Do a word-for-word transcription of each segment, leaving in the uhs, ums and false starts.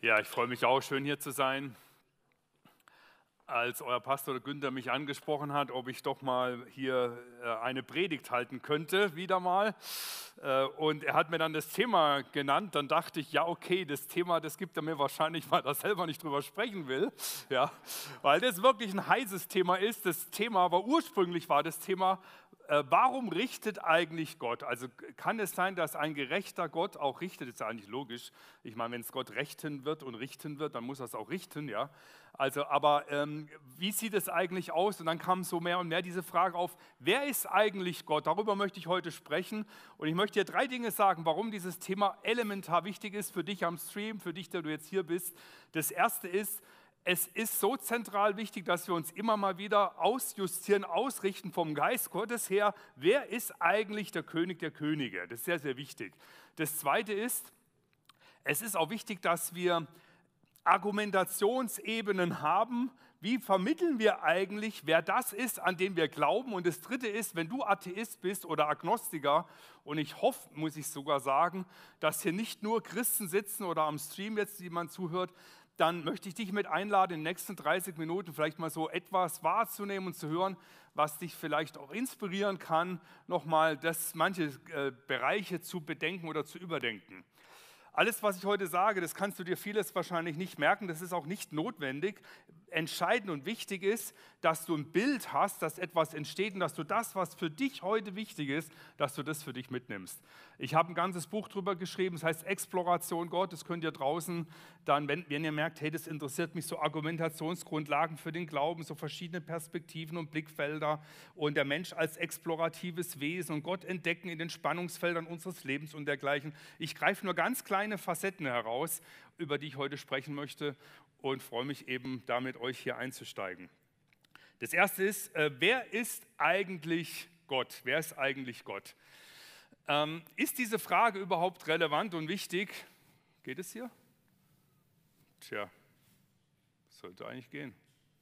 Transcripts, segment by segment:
Ja, ich freue mich auch, schön hier zu sein. Als euer Pastor Günther mich angesprochen hat, ob ich doch mal hier äh, eine Predigt halten könnte, wieder mal. Äh, und er hat mir dann das Thema genannt, dann dachte ich, ja okay, das Thema, das gibt er mir wahrscheinlich, weil er selber nicht drüber sprechen will. Ja, weil das wirklich ein heißes Thema ist. Das Thema, aber ursprünglich war das Thema, äh, warum richtet eigentlich Gott? Also kann es sein, dass ein gerechter Gott auch richtet? Das ist ja eigentlich logisch. Ich meine, wenn es Gott rächen wird und richten wird, dann muss er es auch richten, ja. Also, aber ähm, wie sieht es eigentlich aus? Und dann kam so mehr und mehr diese Frage auf, wer ist eigentlich Gott? Darüber möchte ich heute sprechen. Und ich möchte dir drei Dinge sagen, warum dieses Thema elementar wichtig ist für dich am Stream, für dich, der du jetzt hier bist. Das erste ist, es ist so zentral wichtig, dass wir uns immer mal wieder ausjustieren, ausrichten vom Geist Gottes her. Wer ist eigentlich der König der Könige? Das ist sehr, sehr wichtig. Das zweite ist, es ist auch wichtig, dass wir Argumentationsebenen haben. Wie vermitteln wir eigentlich, wer das ist, an den wir glauben? Und das dritte ist, wenn du Atheist bist oder Agnostiker, und ich hoffe, muss ich sogar sagen, dass hier nicht nur Christen sitzen oder am Stream jetzt jemand zuhört, dann möchte ich dich mit einladen, in den nächsten dreißig Minuten vielleicht mal so etwas wahrzunehmen und zu hören, was dich vielleicht auch inspirieren kann, nochmal das, manche äh, Bereiche zu bedenken oder zu überdenken. Alles, was ich heute sage, das kannst du dir vieles wahrscheinlich nicht merken, das ist auch nicht notwendig. Entscheidend und wichtig ist, dass du ein Bild hast, dass etwas entsteht und dass du das, was für dich heute wichtig ist, dass du das für dich mitnimmst. Ich habe ein ganzes Buch drüber geschrieben, das heißt Exploration Gott, das könnt ihr draußen dann, wenn, wenn ihr merkt, hey, das interessiert mich, so Argumentationsgrundlagen für den Glauben, so verschiedene Perspektiven und Blickfelder und der Mensch als exploratives Wesen und Gott entdecken in den Spannungsfeldern unseres Lebens und dergleichen. Ich greife nur ganz kleine Facetten heraus, über die ich heute sprechen möchte und freue mich eben, da mit euch hier einzusteigen. Das erste ist, äh, wer ist eigentlich Gott? Wer ist eigentlich Gott? Ähm, ist diese Frage überhaupt relevant und wichtig? Geht es hier? Tja, sollte eigentlich gehen.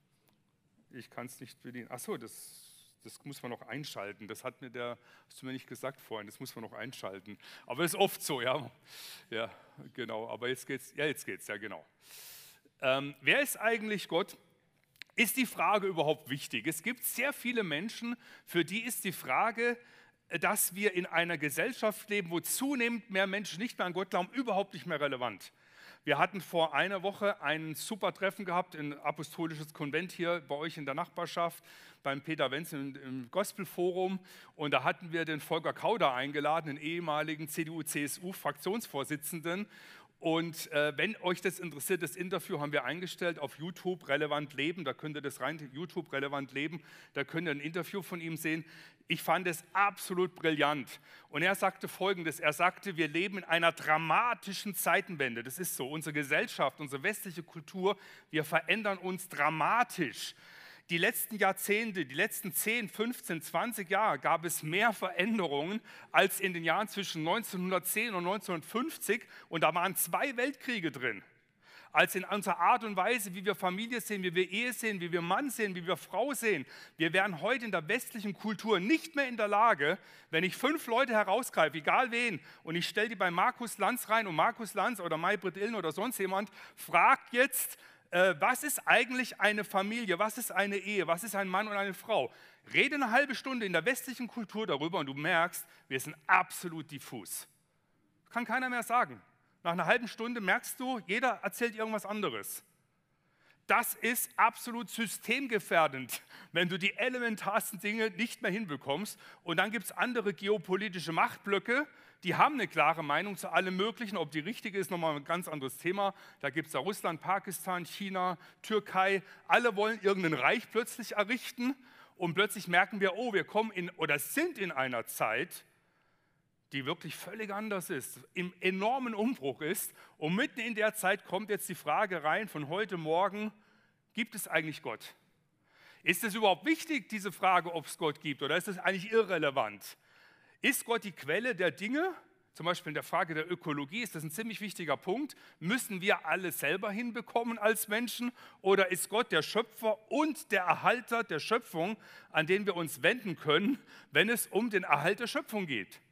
Ich kann es nicht bedienen. Ach so, das... Das muss man noch einschalten. Das hat mir der, hast du mir nicht gesagt vorhin, das muss man noch einschalten. Aber das ist oft so, ja. Ja, genau. Aber jetzt geht's, ja, jetzt geht's, ja, genau. Ähm, wer ist eigentlich Gott? Ist die Frage überhaupt wichtig? Es gibt sehr viele Menschen, für die ist die Frage, dass wir in einer Gesellschaft leben, wo zunehmend mehr Menschen nicht mehr an Gott glauben, überhaupt nicht mehr relevant. Wir hatten vor einer Woche ein super Treffen gehabt, ein apostolisches Konvent hier bei euch in der Nachbarschaft, beim Peter Wenz im, im Gospelforum. Und da hatten wir den Volker Kauder eingeladen, den ehemaligen C D U C S U-Fraktionsvorsitzenden. Und äh, wenn euch das interessiert, das Interview haben wir eingestellt auf YouTube, Relevant Leben, da könnt ihr das rein, YouTube Relevant Leben, da könnt ihr ein Interview von ihm sehen. Ich fand es absolut brillant. Und er sagte Folgendes, er sagte, wir leben in einer dramatischen Zeitenwende. Das ist so, unsere Gesellschaft, unsere westliche Kultur, wir verändern uns dramatisch. Die letzten Jahrzehnte, die letzten zehn, fünfzehn, zwanzig Jahre gab es mehr Veränderungen als in den Jahren zwischen neunzehnhundertzehn und neunzehnhundertfünfzig und da waren zwei Weltkriege drin. Als in unserer Art und Weise, wie wir Familie sehen, wie wir Ehe sehen, wie wir Mann sehen, wie wir Frau sehen. Wir wären heute in der westlichen Kultur nicht mehr in der Lage, wenn ich fünf Leute herausgreife, egal wen, und ich stelle die bei Markus Lanz rein und Markus Lanz oder Maybrit Illner oder sonst jemand fragt jetzt, was ist eigentlich eine Familie, was ist eine Ehe, was ist ein Mann und eine Frau? Rede eine halbe Stunde in der westlichen Kultur darüber und du merkst, wir sind absolut diffus. Kann keiner mehr sagen. Nach einer halben Stunde merkst du, jeder erzählt irgendwas anderes. Das ist absolut systemgefährdend, wenn du die elementarsten Dinge nicht mehr hinbekommst. Und dann gibt es andere geopolitische Machtblöcke, die haben eine klare Meinung zu allem Möglichen. Ob die richtige ist, nochmal ein ganz anderes Thema. Da gibt es ja Russland, Pakistan, China, Türkei. Alle wollen irgendein Reich plötzlich errichten. Und plötzlich merken wir, oh, wir kommen in oder sind in einer Zeit, die wirklich völlig anders ist, im enormen Umbruch ist. Und mitten in der Zeit kommt jetzt die Frage rein von heute Morgen, gibt es eigentlich Gott? Ist es überhaupt wichtig, diese Frage, ob es Gott gibt, oder ist es eigentlich irrelevant? Ist Gott die Quelle der Dinge? Zum Beispiel in der Frage der Ökologie ist das ein ziemlich wichtiger Punkt. Müssen wir alles selber hinbekommen als Menschen? Oder ist Gott der Schöpfer und der Erhalter der Schöpfung, an den wir uns wenden können, wenn es um den Erhalt der Schöpfung geht?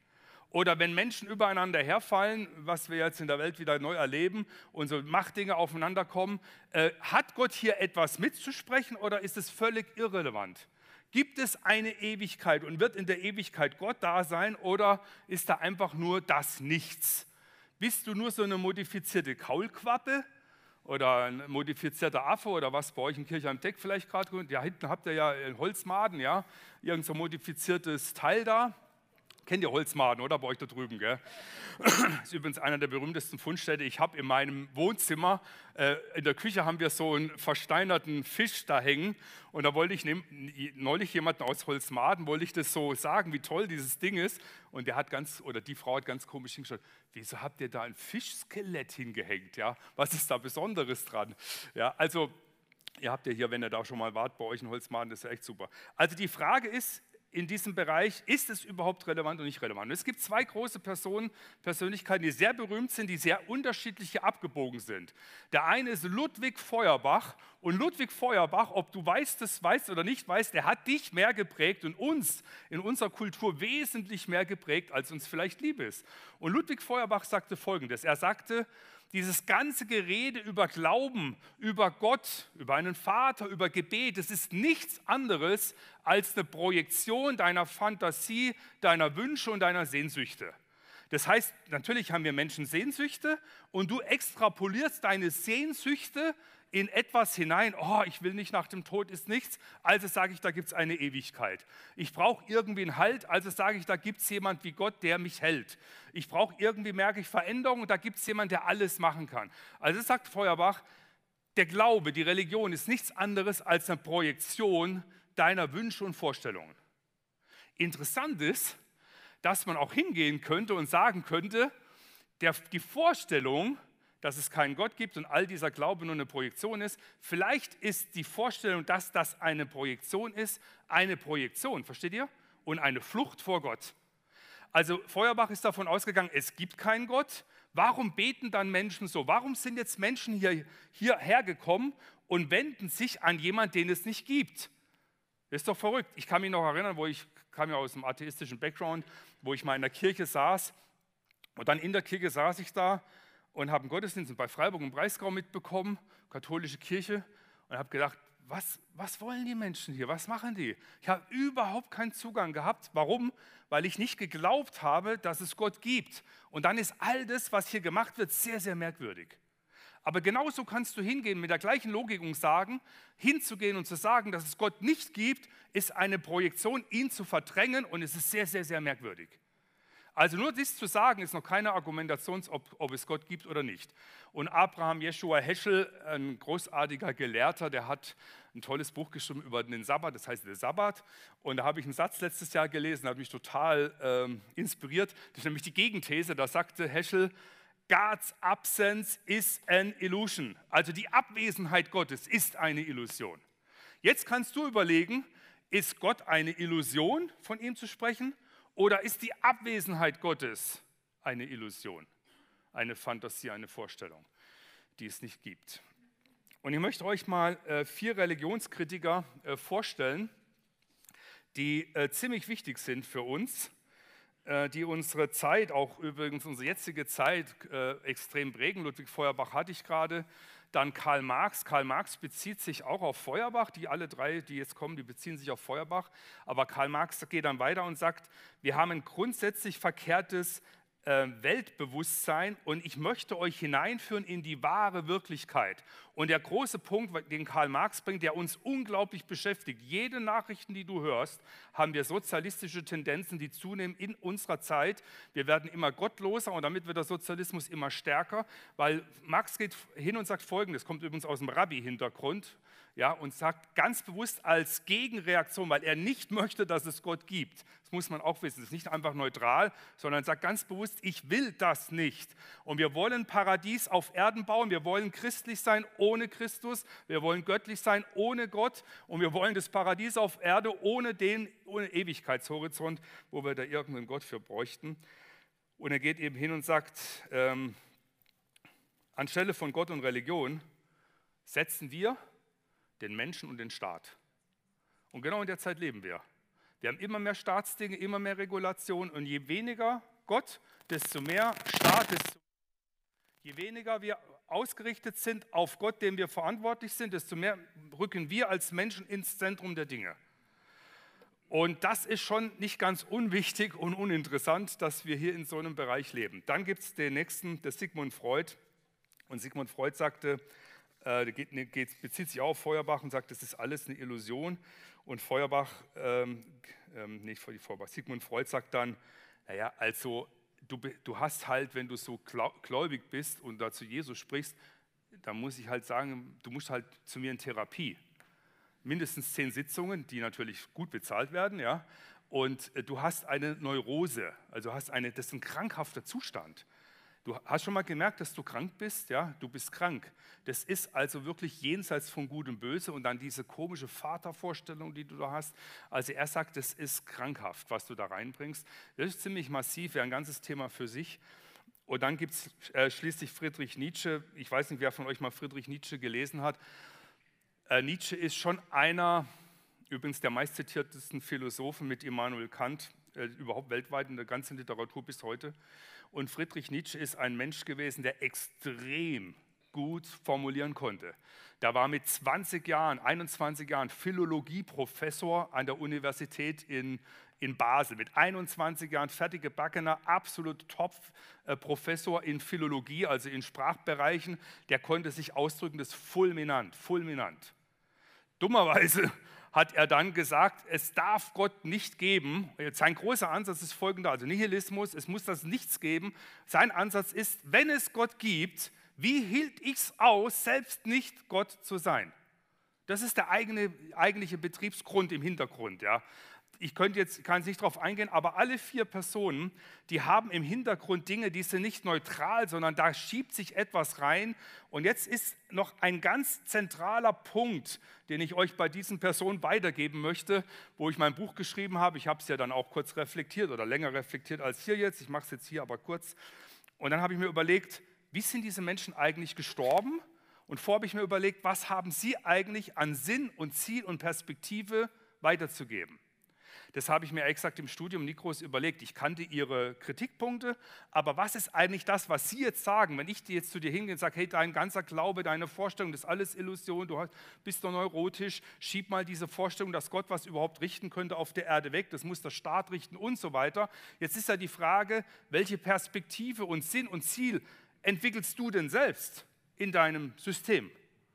Oder wenn Menschen übereinander herfallen, was wir jetzt in der Welt wieder neu erleben, und so Machtdinge aufeinander kommen, äh, hat Gott hier etwas mitzusprechen oder ist es völlig irrelevant? Gibt es eine Ewigkeit und wird in der Ewigkeit Gott da sein oder ist da einfach nur das Nichts? Bist du nur so eine modifizierte Kaulquappe oder ein modifizierter Affe oder was bei euch in Kirche am Deck vielleicht gerade? Ja, hinten habt ihr ja einen Holzmaden, ja, irgend so modifiziertes Teil da. Kennt ihr Holzmaden, oder? Bei euch da drüben, gell? Das ist übrigens einer der berühmtesten Fundstätte. Ich habe in meinem Wohnzimmer, äh, in der Küche haben wir so einen versteinerten Fisch da hängen. Und da wollte ich nehm, neulich jemanden aus Holzmaden, wollte ich das so sagen, wie toll dieses Ding ist. Und der hat ganz, oder die Frau hat ganz komisch hingeschaut, wieso habt ihr da ein Fischskelett hingehängt? Ja? Was ist da Besonderes dran? Ja, also, ihr habt ja hier, wenn ihr da schon mal wart, bei euch in Holzmaden, das ist ja echt super. Also die Frage ist, in diesem Bereich, ist es überhaupt relevant oder nicht relevant? Und es gibt zwei große Personen, Persönlichkeiten, die sehr berühmt sind, die sehr unterschiedlich abgebogen sind. Der eine ist Ludwig Feuerbach. Und Ludwig Feuerbach, ob du weißt es, weißt oder nicht weißt, der hat dich mehr geprägt und uns in unserer Kultur wesentlich mehr geprägt, als uns vielleicht lieb ist. Und Ludwig Feuerbach sagte Folgendes. Er sagte, dieses ganze Gerede über Glauben, über Gott, über einen Vater, über Gebet, das ist nichts anderes als eine Projektion deiner Fantasie, deiner Wünsche und deiner Sehnsüchte. Das heißt, natürlich haben wir Menschen Sehnsüchte und du extrapolierst deine Sehnsüchte in etwas hinein, oh, ich will nicht nach dem Tod, ist nichts, also sage ich, da gibt es eine Ewigkeit. Ich brauche irgendwie einen Halt, also sage ich, da gibt es jemand wie Gott, der mich hält. Ich brauche irgendwie, merke ich, Veränderung, da gibt es jemand, der alles machen kann. Also sagt Feuerbach, der Glaube, die Religion ist nichts anderes als eine Projektion deiner Wünsche und Vorstellungen. Interessant ist, dass man auch hingehen könnte und sagen könnte, der, die Vorstellung, dass es keinen Gott gibt und all dieser Glaube nur eine Projektion ist, vielleicht ist die Vorstellung, dass das eine Projektion ist, eine Projektion, versteht ihr? Und eine Flucht vor Gott. Also Feuerbach ist davon ausgegangen, es gibt keinen Gott. Warum beten dann Menschen so? Warum sind jetzt Menschen hier, hierher gekommen und wenden sich an jemanden, den es nicht gibt? Das ist doch verrückt. Ich kann mich noch erinnern, wo ich kam ja aus einem atheistischen Background, wo ich mal in der Kirche saß und dann in der Kirche saß ich da und habe einen Gottesdienst bei Freiburg im Breisgau mitbekommen, katholische Kirche, und habe gedacht, was, was wollen die Menschen hier, was machen die? Ich habe überhaupt keinen Zugang gehabt. Warum? Weil ich nicht geglaubt habe, dass es Gott gibt. Und dann ist all das, was hier gemacht wird, sehr, sehr merkwürdig. Aber genauso kannst du hingehen mit der gleichen Logik und sagen, hinzugehen und zu sagen, dass es Gott nicht gibt, ist eine Projektion, ihn zu verdrängen, und es ist sehr, sehr, sehr merkwürdig. Also nur dies zu sagen, ist noch keine Argumentation, ob, ob es Gott gibt oder nicht. Und Abraham Jeschua Heschel, ein großartiger Gelehrter, der hat ein tolles Buch geschrieben über den Sabbat, das heißt der Sabbat. Und da habe ich einen Satz letztes Jahr gelesen, der hat mich total ähm, inspiriert. Das ist nämlich die Gegenthese, da sagte Heschel, God's absence is an illusion. Also die Abwesenheit Gottes ist eine Illusion. Jetzt kannst du überlegen, ist Gott eine Illusion, von ihm zu sprechen, oder ist die Abwesenheit Gottes eine Illusion, eine Fantasie, eine Vorstellung, die es nicht gibt? Und ich möchte euch mal äh, vier Religionskritiker äh, vorstellen, die äh, ziemlich wichtig sind für uns, die unsere Zeit, auch übrigens unsere jetzige Zeit, äh, extrem prägen. Ludwig Feuerbach hatte ich gerade. Dann Karl Marx. Karl Marx bezieht sich auch auf Feuerbach. Die alle drei, die jetzt kommen, die beziehen sich auf Feuerbach. Aber Karl Marx geht dann weiter und sagt, wir haben ein grundsätzlich verkehrtes äh, Weltbewusstsein und ich möchte euch hineinführen in die wahre Wirklichkeit. Und der große Punkt, den Karl Marx bringt, der uns unglaublich beschäftigt, jede Nachrichten, die du hörst, haben wir sozialistische Tendenzen, die zunehmen in unserer Zeit. Wir werden immer gottloser und damit wird der Sozialismus immer stärker, weil Marx geht hin und sagt Folgendes, kommt übrigens aus dem Rabbi-Hintergrund, ja, und sagt ganz bewusst als Gegenreaktion, weil er nicht möchte, dass es Gott gibt. Das muss man auch wissen. Es ist nicht einfach neutral, sondern sagt ganz bewusst, ich will das nicht. Und wir wollen Paradies auf Erden bauen, wir wollen christlich sein ohne Christus, wir wollen göttlich sein ohne Gott und wir wollen das Paradies auf Erde ohne den ohne Ewigkeitshorizont, wo wir da irgendeinen Gott für bräuchten. Und er geht eben hin und sagt, ähm, anstelle von Gott und Religion setzen wir den Menschen und den Staat. Und genau in der Zeit leben wir. Wir haben immer mehr Staatsdinge, immer mehr Regulationen und je weniger Gott, desto mehr Staat, desto je weniger wir ausgerichtet sind auf Gott, dem wir verantwortlich sind, desto mehr rücken wir als Menschen ins Zentrum der Dinge. Und das ist schon nicht ganz unwichtig und uninteressant, dass wir hier in so einem Bereich leben. Dann gibt es den nächsten, der Sigmund Freud. Und Sigmund Freud sagte, äh, geht, geht, bezieht sich auch auf Feuerbach und sagt, das ist alles eine Illusion. Und Feuerbach, ähm, ähm, nicht Feuerbach, Sigmund Freud sagt dann, naja, also du, du hast halt, wenn du so gläubig bist und da zu Jesus sprichst, dann muss ich halt sagen, du musst halt zu mir in Therapie. Mindestens zehn Sitzungen, die natürlich gut bezahlt werden, ja. Und äh, du hast eine Neurose, also hast eine, das ist ein krankhafter Zustand. Du hast schon mal gemerkt, dass du krank bist, ja, du bist krank. Das ist also wirklich jenseits von Gut und Böse und dann diese komische Vatervorstellung, die du da hast. Also er sagt, das ist krankhaft, was du da reinbringst. Das ist ziemlich massiv, wäre ein ganzes Thema für sich. Und dann gibt es äh, schließlich Friedrich Nietzsche. Ich weiß nicht, wer von euch mal Friedrich Nietzsche gelesen hat. Äh, Nietzsche ist schon einer, übrigens der meistzitiertesten Philosophen mit Immanuel Kant, äh, überhaupt weltweit in der ganzen Literatur bis heute. Und Friedrich Nietzsche ist ein Mensch gewesen, der extrem gut formulieren konnte. Der war mit zwanzig Jahren, einundzwanzig Jahren Philologieprofessor an der Universität in, in Basel. Mit einundzwanzig Jahren fertig gebackener, absolut Top-Professor in Philologie, also in Sprachbereichen. Der konnte sich ausdrücken, das ist fulminant, fulminant. Dummerweise hat er dann gesagt, es darf Gott nicht geben. Sein großer Ansatz ist folgender, also Nihilismus, es muss das Nichts geben. Sein Ansatz ist, wenn es Gott gibt, wie hielt ich es aus, selbst nicht Gott zu sein? Das ist der eigene, eigentliche Betriebsgrund im Hintergrund. Ja. Ich könnte jetzt, kann jetzt nicht darauf eingehen, aber alle vier Personen, die haben im Hintergrund Dinge, die sind nicht neutral, sondern da schiebt sich etwas rein. Und jetzt ist noch ein ganz zentraler Punkt, den ich euch bei diesen Personen weitergeben möchte, wo ich mein Buch geschrieben habe. Ich habe es ja dann auch kurz reflektiert oder länger reflektiert als hier jetzt. Ich mache es jetzt hier aber kurz. Und dann habe ich mir überlegt, wie sind diese Menschen eigentlich gestorben? Und vorher habe ich mir überlegt, was haben sie eigentlich an Sinn und Ziel und Perspektive weiterzugeben? Das habe ich mir exakt im Studium Nikros überlegt. Ich kannte ihre Kritikpunkte, aber was ist eigentlich das, was sie jetzt sagen? Wenn ich dir jetzt zu dir hingehe und sage, hey, dein ganzer Glaube, deine Vorstellung, das ist alles Illusion, du bist doch neurotisch, schieb mal diese Vorstellung, dass Gott was überhaupt richten könnte auf der Erde weg, das muss der Staat richten und so weiter. Jetzt ist ja die Frage, welche Perspektive und Sinn und Ziel entwickelst du denn selbst in deinem System?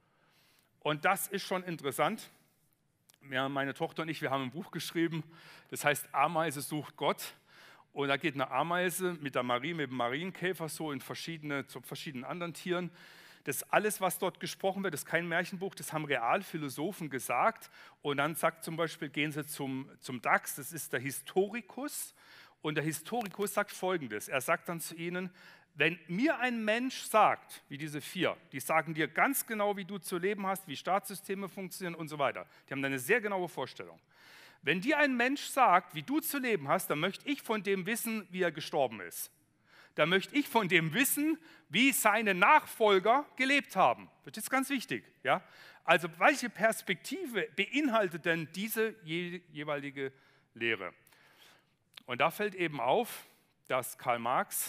Und das ist schon interessant. Ja, meine Tochter und ich, wir haben ein Buch geschrieben, das heißt Ameise sucht Gott. Und da geht eine Ameise mit der Marie, mit dem Marienkäfer so in verschiedene, zu verschiedenen anderen Tieren. Das alles, was dort gesprochen wird, ist kein Märchenbuch, das haben Realphilosophen gesagt. Und dann sagt zum Beispiel, gehen sie zum, zum Dachs, das ist der Historikus. Und der Historikus sagt Folgendes, er sagt dann zu ihnen, wenn mir ein Mensch sagt, wie diese vier, die sagen dir ganz genau, wie du zu leben hast, wie Staatssysteme funktionieren und so weiter. Die haben eine sehr genaue Vorstellung. Wenn dir ein Mensch sagt, wie du zu leben hast, dann möchte ich von dem wissen, wie er gestorben ist. Dann möchte ich von dem wissen, wie seine Nachfolger gelebt haben. Das ist ganz wichtig. Ja? Also welche Perspektive beinhaltet denn diese je, jeweilige Lehre? Und da fällt eben auf, dass Karl Marx,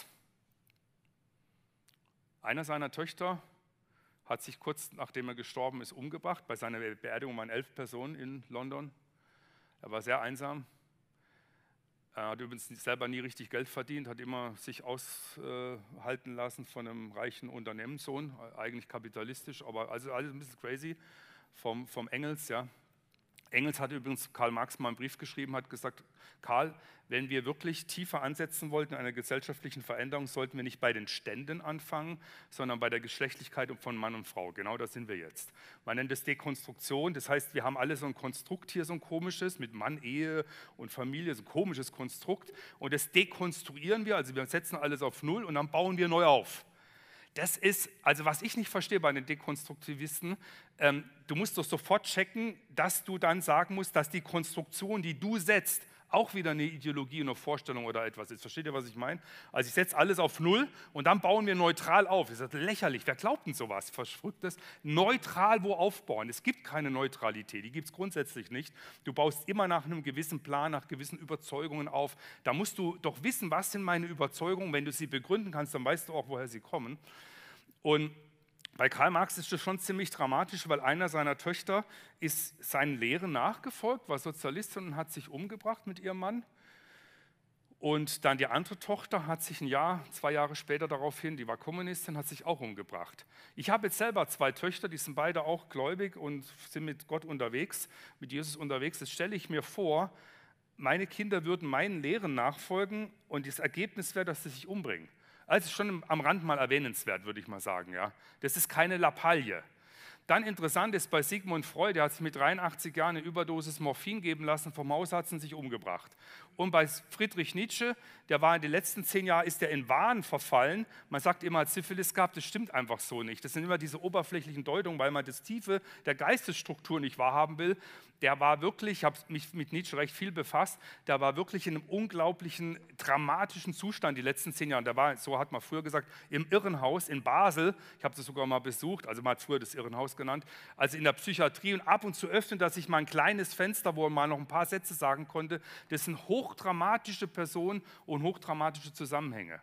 einer seiner Töchter hat sich kurz nachdem er gestorben ist umgebracht. Bei seiner Beerdigung waren elf Personen in London. Er war sehr einsam. Er hat übrigens selber nie richtig Geld verdient, hat immer sich aushalten lassen von einem reichen Unternehmenssohn, eigentlich kapitalistisch, aber also alles ein bisschen crazy vom, vom Engels, ja. Engels hat übrigens Karl Marx mal einen Brief geschrieben, hat gesagt, Karl, wenn wir wirklich tiefer ansetzen wollten in einer gesellschaftlichen Veränderung, sollten wir nicht bei den Ständen anfangen, sondern bei der Geschlechtlichkeit von Mann und Frau. Genau da sind wir jetzt. Man nennt das Dekonstruktion, das heißt, wir haben alle so ein Konstrukt hier, so ein komisches, mit Mann, Ehe und Familie, so ein komisches Konstrukt. Und das dekonstruieren wir, also wir setzen alles auf Null und dann bauen wir neu auf. Das ist, also was ich nicht verstehe bei den Dekonstruktivisten, ähm, du musst doch sofort checken, dass du dann sagen musst, dass die Konstruktion, die du setzt, auch wieder eine Ideologie, eine Vorstellung oder etwas ist. Versteht ihr, was ich meine? Also ich setze alles auf Null und dann bauen wir neutral auf. Das ist lächerlich. Wer glaubt denn sowas? Verrücktes. Neutral wo aufbauen? Es gibt keine Neutralität, die gibt es grundsätzlich nicht. Du baust immer nach einem gewissen Plan, nach gewissen Überzeugungen auf. Da musst du doch wissen, was sind meine Überzeugungen. Wenn du sie begründen kannst, dann weißt du auch, woher sie kommen. Und bei Karl Marx ist das schon ziemlich dramatisch, weil einer seiner Töchter ist seinen Lehren nachgefolgt, war Sozialistin und hat sich umgebracht mit ihrem Mann. Und dann die andere Tochter hat sich ein Jahr, zwei Jahre später daraufhin, die war Kommunistin, hat sich auch umgebracht. Ich habe jetzt selber zwei Töchter, die sind beide auch gläubig und sind mit Gott unterwegs, mit Jesus unterwegs. Das stelle ich mir vor, meine Kinder würden meinen Lehren nachfolgen und das Ergebnis wäre, dass sie sich umbringen. Also schon am Rand mal erwähnenswert, würde ich mal sagen. Ja. Das ist keine Lappalie. Dann interessant ist bei Sigmund Freud, der hat sich mit dreiundachtzig Jahren eine Überdosis Morphin geben lassen, vom Hausarzt und sich umgebracht. Und bei Friedrich Nietzsche, der war in den letzten zehn Jahren, ist der in Wahn verfallen. Man sagt immer, er hat Syphilis gehabt, das stimmt einfach so nicht. Das sind immer diese oberflächlichen Deutungen, weil man das Tiefe der Geistesstruktur nicht wahrhaben will. Der war wirklich, ich habe mich mit Nietzsche recht viel befasst, der war wirklich in einem unglaublichen, dramatischen Zustand die letzten zehn Jahre. Der war, so hat man früher gesagt, im Irrenhaus in Basel, ich habe das sogar mal besucht, also man hat früher das Irrenhaus genannt, also in der Psychiatrie, und ab und zu öffnet er sich mal ein kleines Fenster, wo er mal noch ein paar Sätze sagen konnte. Das sind hochdramatische Personen und hochdramatische Zusammenhänge.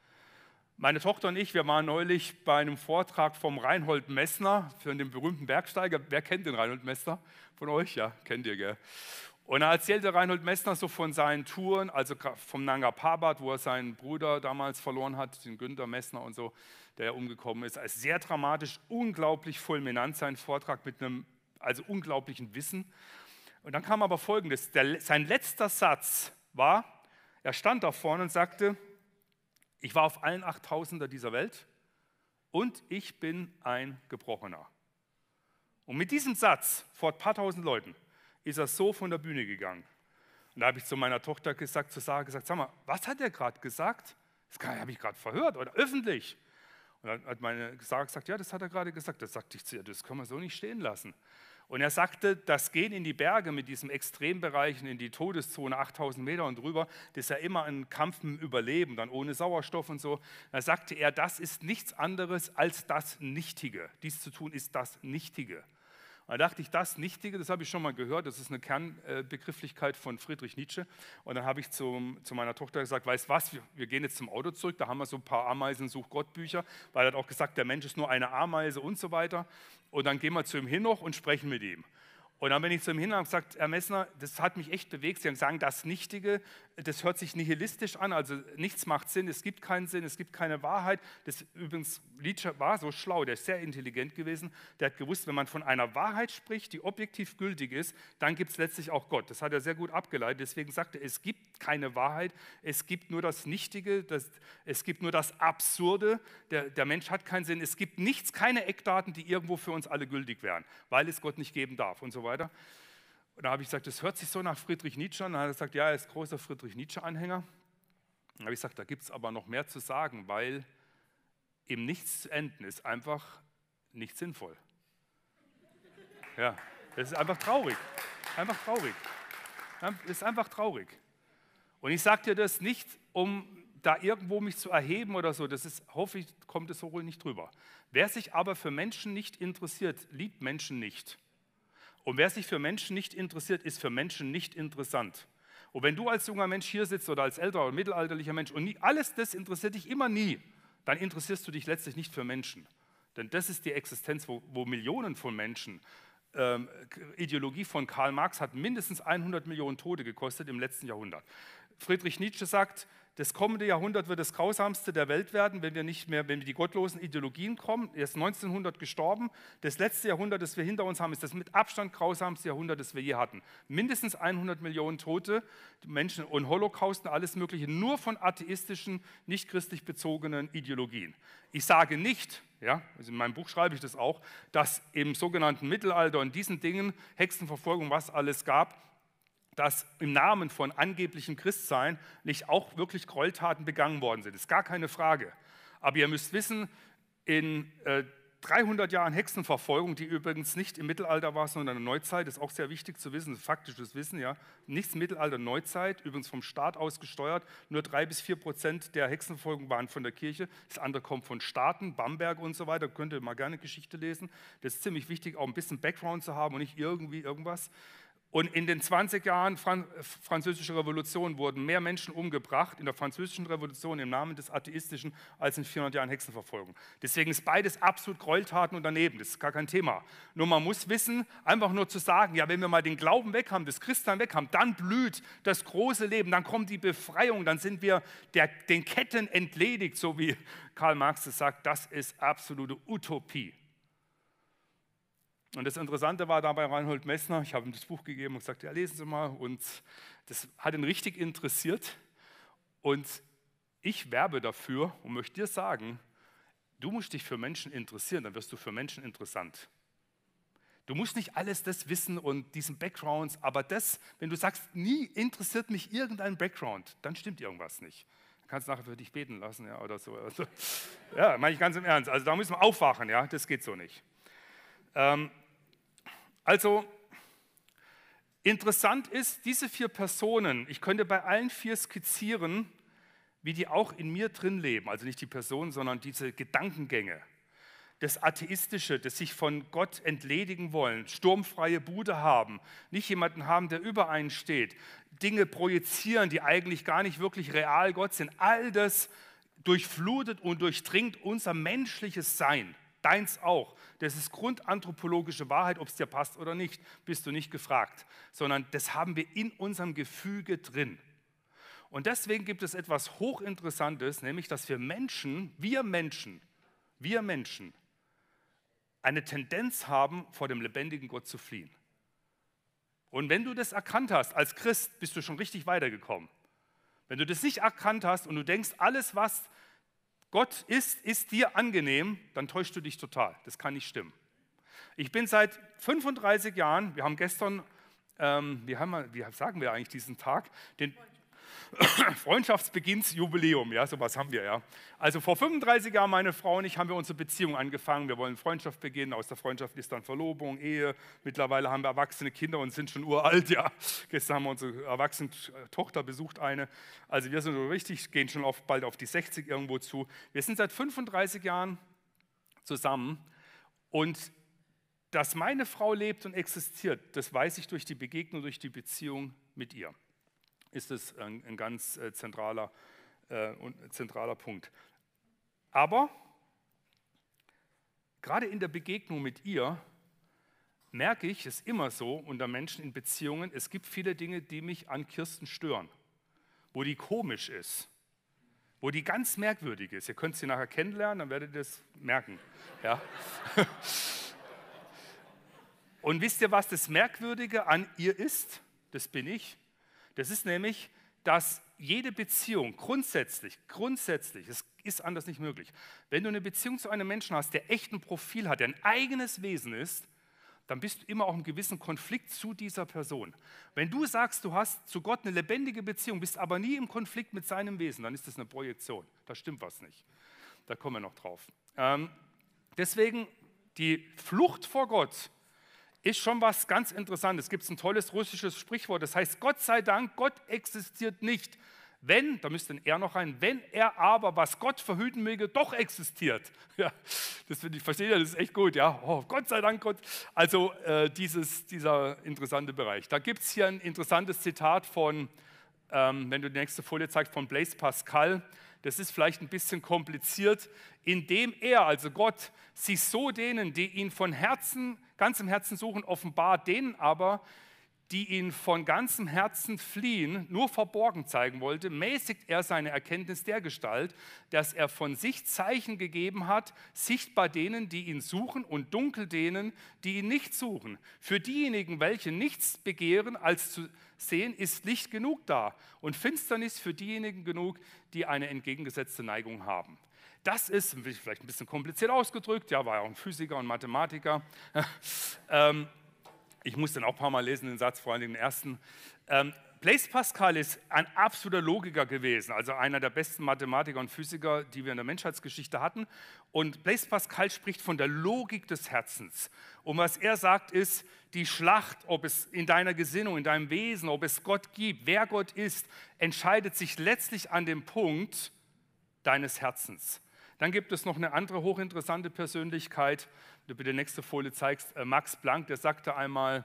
Meine Tochter und ich, wir waren neulich bei einem Vortrag vom Reinhold Messner für den berühmten Bergsteiger. Wer kennt den Reinhold Messner von euch? Ja, kennt ihr, gell? Und da erzählte Reinhold Messner so von seinen Touren, also vom Nanga Parbat, wo er seinen Bruder damals verloren hat, den Günther Messner und so, der umgekommen ist. Also sehr dramatisch, unglaublich fulminant sein Vortrag mit einem also unglaublichen Wissen. Und dann kam aber Folgendes, der, sein letzter Satz war, er stand da vorne und sagte, ich war auf allen achttausender dieser Welt und ich bin ein Gebrochener. Und mit diesem Satz vor ein paar tausend Leuten ist er so von der Bühne gegangen. Und da habe ich zu meiner Tochter gesagt, zu Sarah gesagt, sag mal, was hat er gerade gesagt? Das habe ich gerade verhört oder öffentlich. Und dann hat meine Sarah gesagt, ja, das hat er gerade gesagt. Das sagte ich zu ihr, das kann man so nicht stehen lassen. Und er sagte, das Gehen in die Berge mit diesem Extrembereichen, in die Todeszone, achttausend Meter und drüber, das ist ja immer ein Kampf im Überleben, dann ohne Sauerstoff und so. Da sagte er, das ist nichts anderes als das Nichtige. Dies zu tun ist das Nichtige. Und da dachte ich, das Nichtige, das habe ich schon mal gehört, das ist eine Kernbegrifflichkeit von Friedrich Nietzsche. Und dann habe ich zum, zu meiner Tochter gesagt, weißt was, wir, wir gehen jetzt zum Auto zurück, da haben wir so ein paar Ameisen-Such-Gott-Bücher, weil er hat auch gesagt, der Mensch ist nur eine Ameise und so weiter. Und dann gehen wir zu ihm hin noch und sprechen mit ihm. Und dann bin ich zu ihm hin und habe gesagt, Herr Messner, das hat mich echt bewegt. Sie sagen, das Nichtige, das hört sich nihilistisch an, also nichts macht Sinn, es gibt keinen Sinn, es gibt keine Wahrheit. Das übrigens, Nietzsche war so schlau, der ist sehr intelligent gewesen, der hat gewusst, wenn man von einer Wahrheit spricht, die objektiv gültig ist, dann gibt es letztlich auch Gott. Das hat er sehr gut abgeleitet, deswegen sagte er, es gibt keine Wahrheit, es gibt nur das Nichtige, das, es gibt nur das Absurde, der, der Mensch hat keinen Sinn, es gibt nichts, keine Eckdaten, die irgendwo für uns alle gültig wären, weil es Gott nicht geben darf und so weiter. weiter. Und da habe ich gesagt, das hört sich so nach Friedrich Nietzsche an. Dann hat er gesagt, ja, er ist großer Friedrich Nietzsche-Anhänger. Dann habe ich gesagt, da gibt es aber noch mehr zu sagen, weil im Nichts zu enden ist einfach nicht sinnvoll. Ja, das ist einfach traurig. Einfach traurig. Das ist einfach traurig. Und ich sage dir das nicht, um da irgendwo mich zu erheben oder so. Das ist, hoffe ich, kommt es so wohl nicht drüber. Wer sich aber für Menschen nicht interessiert, liebt Menschen nicht. Und wer sich für Menschen nicht interessiert, ist für Menschen nicht interessant. Und wenn du als junger Mensch hier sitzt oder als älterer oder mittelalterlicher Mensch und nie, alles das interessiert dich immer nie, dann interessierst du dich letztlich nicht für Menschen. Denn das ist die Existenz, wo, wo Millionen von Menschen, ähm, Ideologie von Karl Marx hat mindestens hundert Millionen Tote gekostet im letzten Jahrhundert. Friedrich Nietzsche sagt, das kommende Jahrhundert wird das grausamste der Welt werden, wenn wir nicht mehr, wenn wir die gottlosen Ideologien kommen. Er ist neunzehnhundert gestorben. Das letzte Jahrhundert, das wir hinter uns haben, ist das mit Abstand grausamste Jahrhundert, das wir je hatten. Mindestens hundert Millionen Tote, Menschen und Holocaust und alles Mögliche, nur von atheistischen, nicht christlich bezogenen Ideologien. Ich sage nicht, ja, also in meinem Buch schreibe ich das auch, dass im sogenannten Mittelalter und diesen Dingen, Hexenverfolgung, was alles gab, dass im Namen von angeblichem Christsein nicht auch wirklich Gräueltaten begangen worden sind. Das ist gar keine Frage. Aber ihr müsst wissen, in äh, dreihundert Jahren Hexenverfolgung, die übrigens nicht im Mittelalter war, sondern in der Neuzeit, das ist auch sehr wichtig zu wissen, das ist faktisches Wissen, ja. Nichts Mittelalter, Neuzeit, übrigens vom Staat aus gesteuert, nur drei bis vier Prozent der Hexenverfolgung waren von der Kirche, das andere kommt von Staaten, Bamberg und so weiter, könnt ihr mal gerne Geschichte lesen. Das ist ziemlich wichtig, auch ein bisschen Background zu haben und nicht irgendwie irgendwas. Und in den zwanzig Jahren Fran Französische Revolution wurden mehr Menschen umgebracht in der Französischen Revolution im Namen des Atheistischen als in vierhundert Jahren Hexenverfolgung. Deswegen ist beides absolut Gräueltaten und daneben, das ist gar kein Thema. Nur man muss wissen, einfach nur zu sagen, ja, wenn wir mal den Glauben weg haben, das Christsein weg haben, dann blüht das große Leben, dann kommt die Befreiung, dann sind wir der, den Ketten entledigt, so wie Karl Marx es sagt, das ist absolute Utopie. Und das Interessante war dabei Reinhold Messner, ich habe ihm das Buch gegeben und gesagt, ja, lesen Sie mal. Und das hat ihn richtig interessiert. Und ich werbe dafür und möchte dir sagen, du musst dich für Menschen interessieren, dann wirst du für Menschen interessant. Du musst nicht alles das wissen und diesen Backgrounds, aber das, wenn du sagst, nie interessiert mich irgendein Background, dann stimmt irgendwas nicht. Dann kannst du nachher für dich beten lassen, ja, oder so. Also, ja, meine ich ganz im Ernst. Also da müssen wir aufwachen, ja, das geht so nicht. Ähm, also, interessant ist, diese vier Personen, ich könnte bei allen vier skizzieren, wie die auch in mir drin leben, also nicht die Person, sondern diese Gedankengänge, das Atheistische, das sich von Gott entledigen wollen, sturmfreie Bude haben, nicht jemanden haben, der über einen steht, Dinge projizieren, die eigentlich gar nicht wirklich real Gott sind, all das durchflutet und durchdringt unser menschliches Sein. Deins auch. Das ist grundanthropologische Wahrheit, ob es dir passt oder nicht, bist du nicht gefragt, sondern das haben wir in unserem Gefüge drin. Und deswegen gibt es etwas Hochinteressantes, nämlich, dass wir Menschen, wir Menschen, wir Menschen eine Tendenz haben, vor dem lebendigen Gott zu fliehen. Und wenn du das erkannt hast, als Christ bist du schon richtig weitergekommen. Wenn du das nicht erkannt hast und du denkst, alles, was Gott ist, ist dir angenehm, dann täuschst du dich total. Das kann nicht stimmen. Ich bin seit fünfunddreißig Jahren, wir haben gestern, ähm, wie, haben wir, wie sagen wir eigentlich diesen Tag, den Freundschaftsbeginnsjubiläum, ja, sowas haben wir, ja. Also vor fünfunddreißig Jahren, meine Frau und ich, haben wir unsere Beziehung angefangen. Wir wollen Freundschaft beginnen, aus der Freundschaft ist dann Verlobung, Ehe. Mittlerweile haben wir erwachsene Kinder und sind schon uralt, ja. Gestern haben wir unsere erwachsene Tochter besucht, eine. Also wir sind so richtig, gehen schon auf, bald auf die sechzig irgendwo zu. Wir sind seit fünfunddreißig Jahren zusammen und dass meine Frau lebt und existiert, das weiß ich durch die Begegnung, durch die Beziehung mit ihr. Ist es ein, ein ganz äh, zentraler, äh, zentraler Punkt. Aber gerade in der Begegnung mit ihr merke ich, es ist immer so unter Menschen in Beziehungen, es gibt viele Dinge, die mich an Kirsten stören, wo die komisch ist, wo die ganz merkwürdig ist. Ihr könnt sie nachher kennenlernen, dann werdet ihr das merken. Ja? Und wisst ihr, was das Merkwürdige an ihr ist? Das bin ich. Das ist nämlich, dass jede Beziehung grundsätzlich, grundsätzlich, es ist anders nicht möglich, wenn du eine Beziehung zu einem Menschen hast, der echt ein Profil hat, der ein eigenes Wesen ist, dann bist du immer auch im gewissen Konflikt zu dieser Person. Wenn du sagst, du hast zu Gott eine lebendige Beziehung, bist aber nie im Konflikt mit seinem Wesen, dann ist das eine Projektion. Da stimmt was nicht. Da kommen wir noch drauf. Ähm, deswegen die Flucht vor Gott ist schon was ganz Interessantes. Es gibt ein tolles russisches Sprichwort, das heißt, Gott sei Dank, Gott existiert nicht. Wenn, da müsste ein Er noch rein, wenn er aber, was Gott verhüten möge, doch existiert. Ja, das finde ich, versteht ihr, das ist echt gut, ja. Oh, Gott sei Dank, Gott. Also äh, dieses, dieser interessante Bereich. Da gibt es hier ein interessantes Zitat von, ähm, wenn du die nächste Folie zeigst, von Blaise Pascal. Das ist vielleicht ein bisschen kompliziert, indem er, also Gott, sich so denen, die ihn von Herzen, ganzem Herzen suchen, offenbart, denen aber, die ihn von ganzem Herzen fliehen, nur verborgen zeigen wollte, mäßigt er seine Erkenntnis dergestalt, dass er von sich Zeichen gegeben hat, sichtbar denen, die ihn suchen und dunkel denen, die ihn nicht suchen. Für diejenigen, welche nichts begehren, als zu sehen, ist Licht genug da und Finsternis für diejenigen genug, die eine entgegengesetzte Neigung haben. Das ist, vielleicht ein bisschen kompliziert ausgedrückt, ja, war ja auch ein Physiker und Mathematiker, ähm, ich muss den auch ein paar Mal lesen, den Satz, vor allem den ersten. Ähm, Blaise Pascal ist ein absoluter Logiker gewesen, also einer der besten Mathematiker und Physiker, die wir in der Menschheitsgeschichte hatten. Und Blaise Pascal spricht von der Logik des Herzens. Und was er sagt ist, die Schlacht, ob es in deiner Gesinnung, in deinem Wesen, ob es Gott gibt, wer Gott ist, entscheidet sich letztlich an dem Punkt deines Herzens. Dann gibt es noch eine andere hochinteressante Persönlichkeit, wenn du bitte die nächste Folie zeigst, Max Planck, der sagte einmal,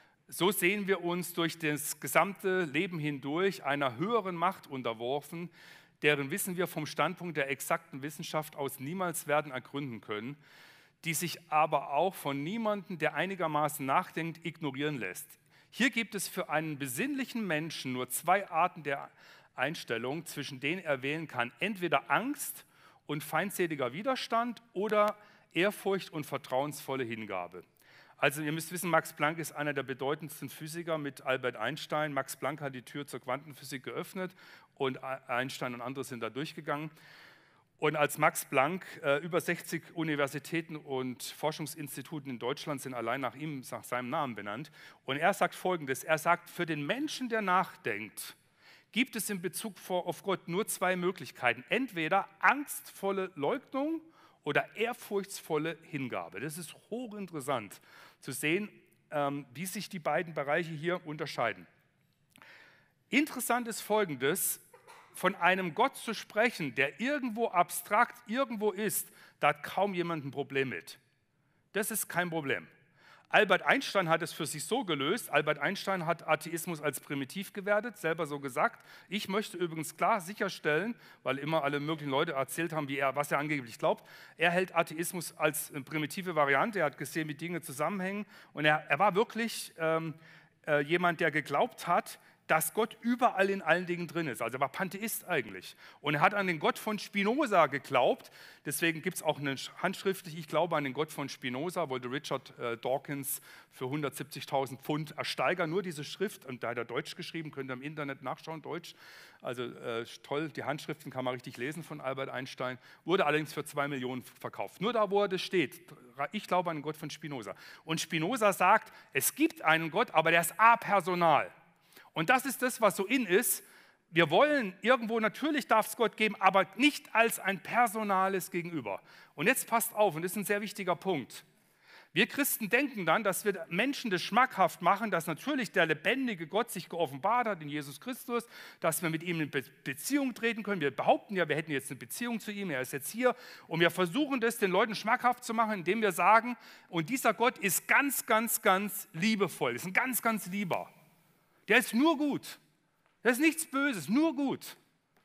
so sehen wir uns durch das gesamte Leben hindurch einer höheren Macht unterworfen, deren Wissen wir vom Standpunkt der exakten Wissenschaft aus niemals werden ergründen können, die sich aber auch von niemandem, der einigermaßen nachdenkt, ignorieren lässt. Hier gibt es für einen besinnlichen Menschen nur zwei Arten der Einstellung, zwischen denen er wählen kann, entweder Angst und feindseliger Widerstand oder Ehrfurcht und vertrauensvolle Hingabe. Also ihr müsst wissen, Max Planck ist einer der bedeutendsten Physiker mit Albert Einstein. Max Planck hat die Tür zur Quantenphysik geöffnet und Einstein und andere sind da durchgegangen. Und als Max Planck, äh, über sechzig Universitäten und Forschungsinstituten in Deutschland sind allein nach ihm, nach seinem Namen benannt. Und er sagt Folgendes, er sagt, für den Menschen, der nachdenkt, gibt es in Bezug auf Gott nur zwei Möglichkeiten. Entweder angstvolle Leugnung oder ehrfurchtsvolle Hingabe. Das ist hochinteressant zu sehen, ähm, wie sich die beiden Bereiche hier unterscheiden. Interessant ist Folgendes, von einem Gott zu sprechen, der irgendwo abstrakt irgendwo ist, da hat kaum jemand ein Problem mit. Das ist kein Problem. Albert Einstein hat es für sich so gelöst. Albert Einstein hat Atheismus als primitiv gewertet, selber so gesagt. Ich möchte übrigens klar sicherstellen, weil immer alle möglichen Leute erzählt haben, wie er, was er angeblich glaubt, er hält Atheismus als eine primitive Variante. Er hat gesehen, wie Dinge zusammenhängen. Und er, er war wirklich ähm, äh, jemand, der geglaubt hat, dass Gott überall in allen Dingen drin ist. Also er war Pantheist eigentlich. Und er hat an den Gott von Spinoza geglaubt. Deswegen gibt es auch eine handschriftlich, ich glaube an den Gott von Spinoza, wollte Richard äh, Dawkins für hundertsiebzigtausend Pfund ersteigern. Nur diese Schrift, und da hat er Deutsch geschrieben, könnt ihr im Internet nachschauen, Deutsch. Also äh, toll, die Handschriften kann man richtig lesen von Albert Einstein. Wurde allerdings für zwei Millionen verkauft. Nur da, wo er das steht. Ich glaube an den Gott von Spinoza. Und Spinoza sagt, es gibt einen Gott, aber der ist apersonal. Und das ist das, was so in ist. Wir wollen irgendwo, natürlich darf es Gott geben, aber nicht als ein personales Gegenüber. Und jetzt passt auf, und das ist ein sehr wichtiger Punkt. Wir Christen denken dann, dass wir Menschen das schmackhaft machen, dass natürlich der lebendige Gott sich geoffenbart hat in Jesus Christus, dass wir mit ihm in Beziehung treten können. Wir behaupten ja, wir hätten jetzt eine Beziehung zu ihm, er ist jetzt hier. Und wir versuchen das den Leuten schmackhaft zu machen, indem wir sagen, und dieser Gott ist ganz, ganz, ganz liebevoll, ist ein ganz, ganz lieber. Der ist nur gut. Der ist nichts Böses, nur gut.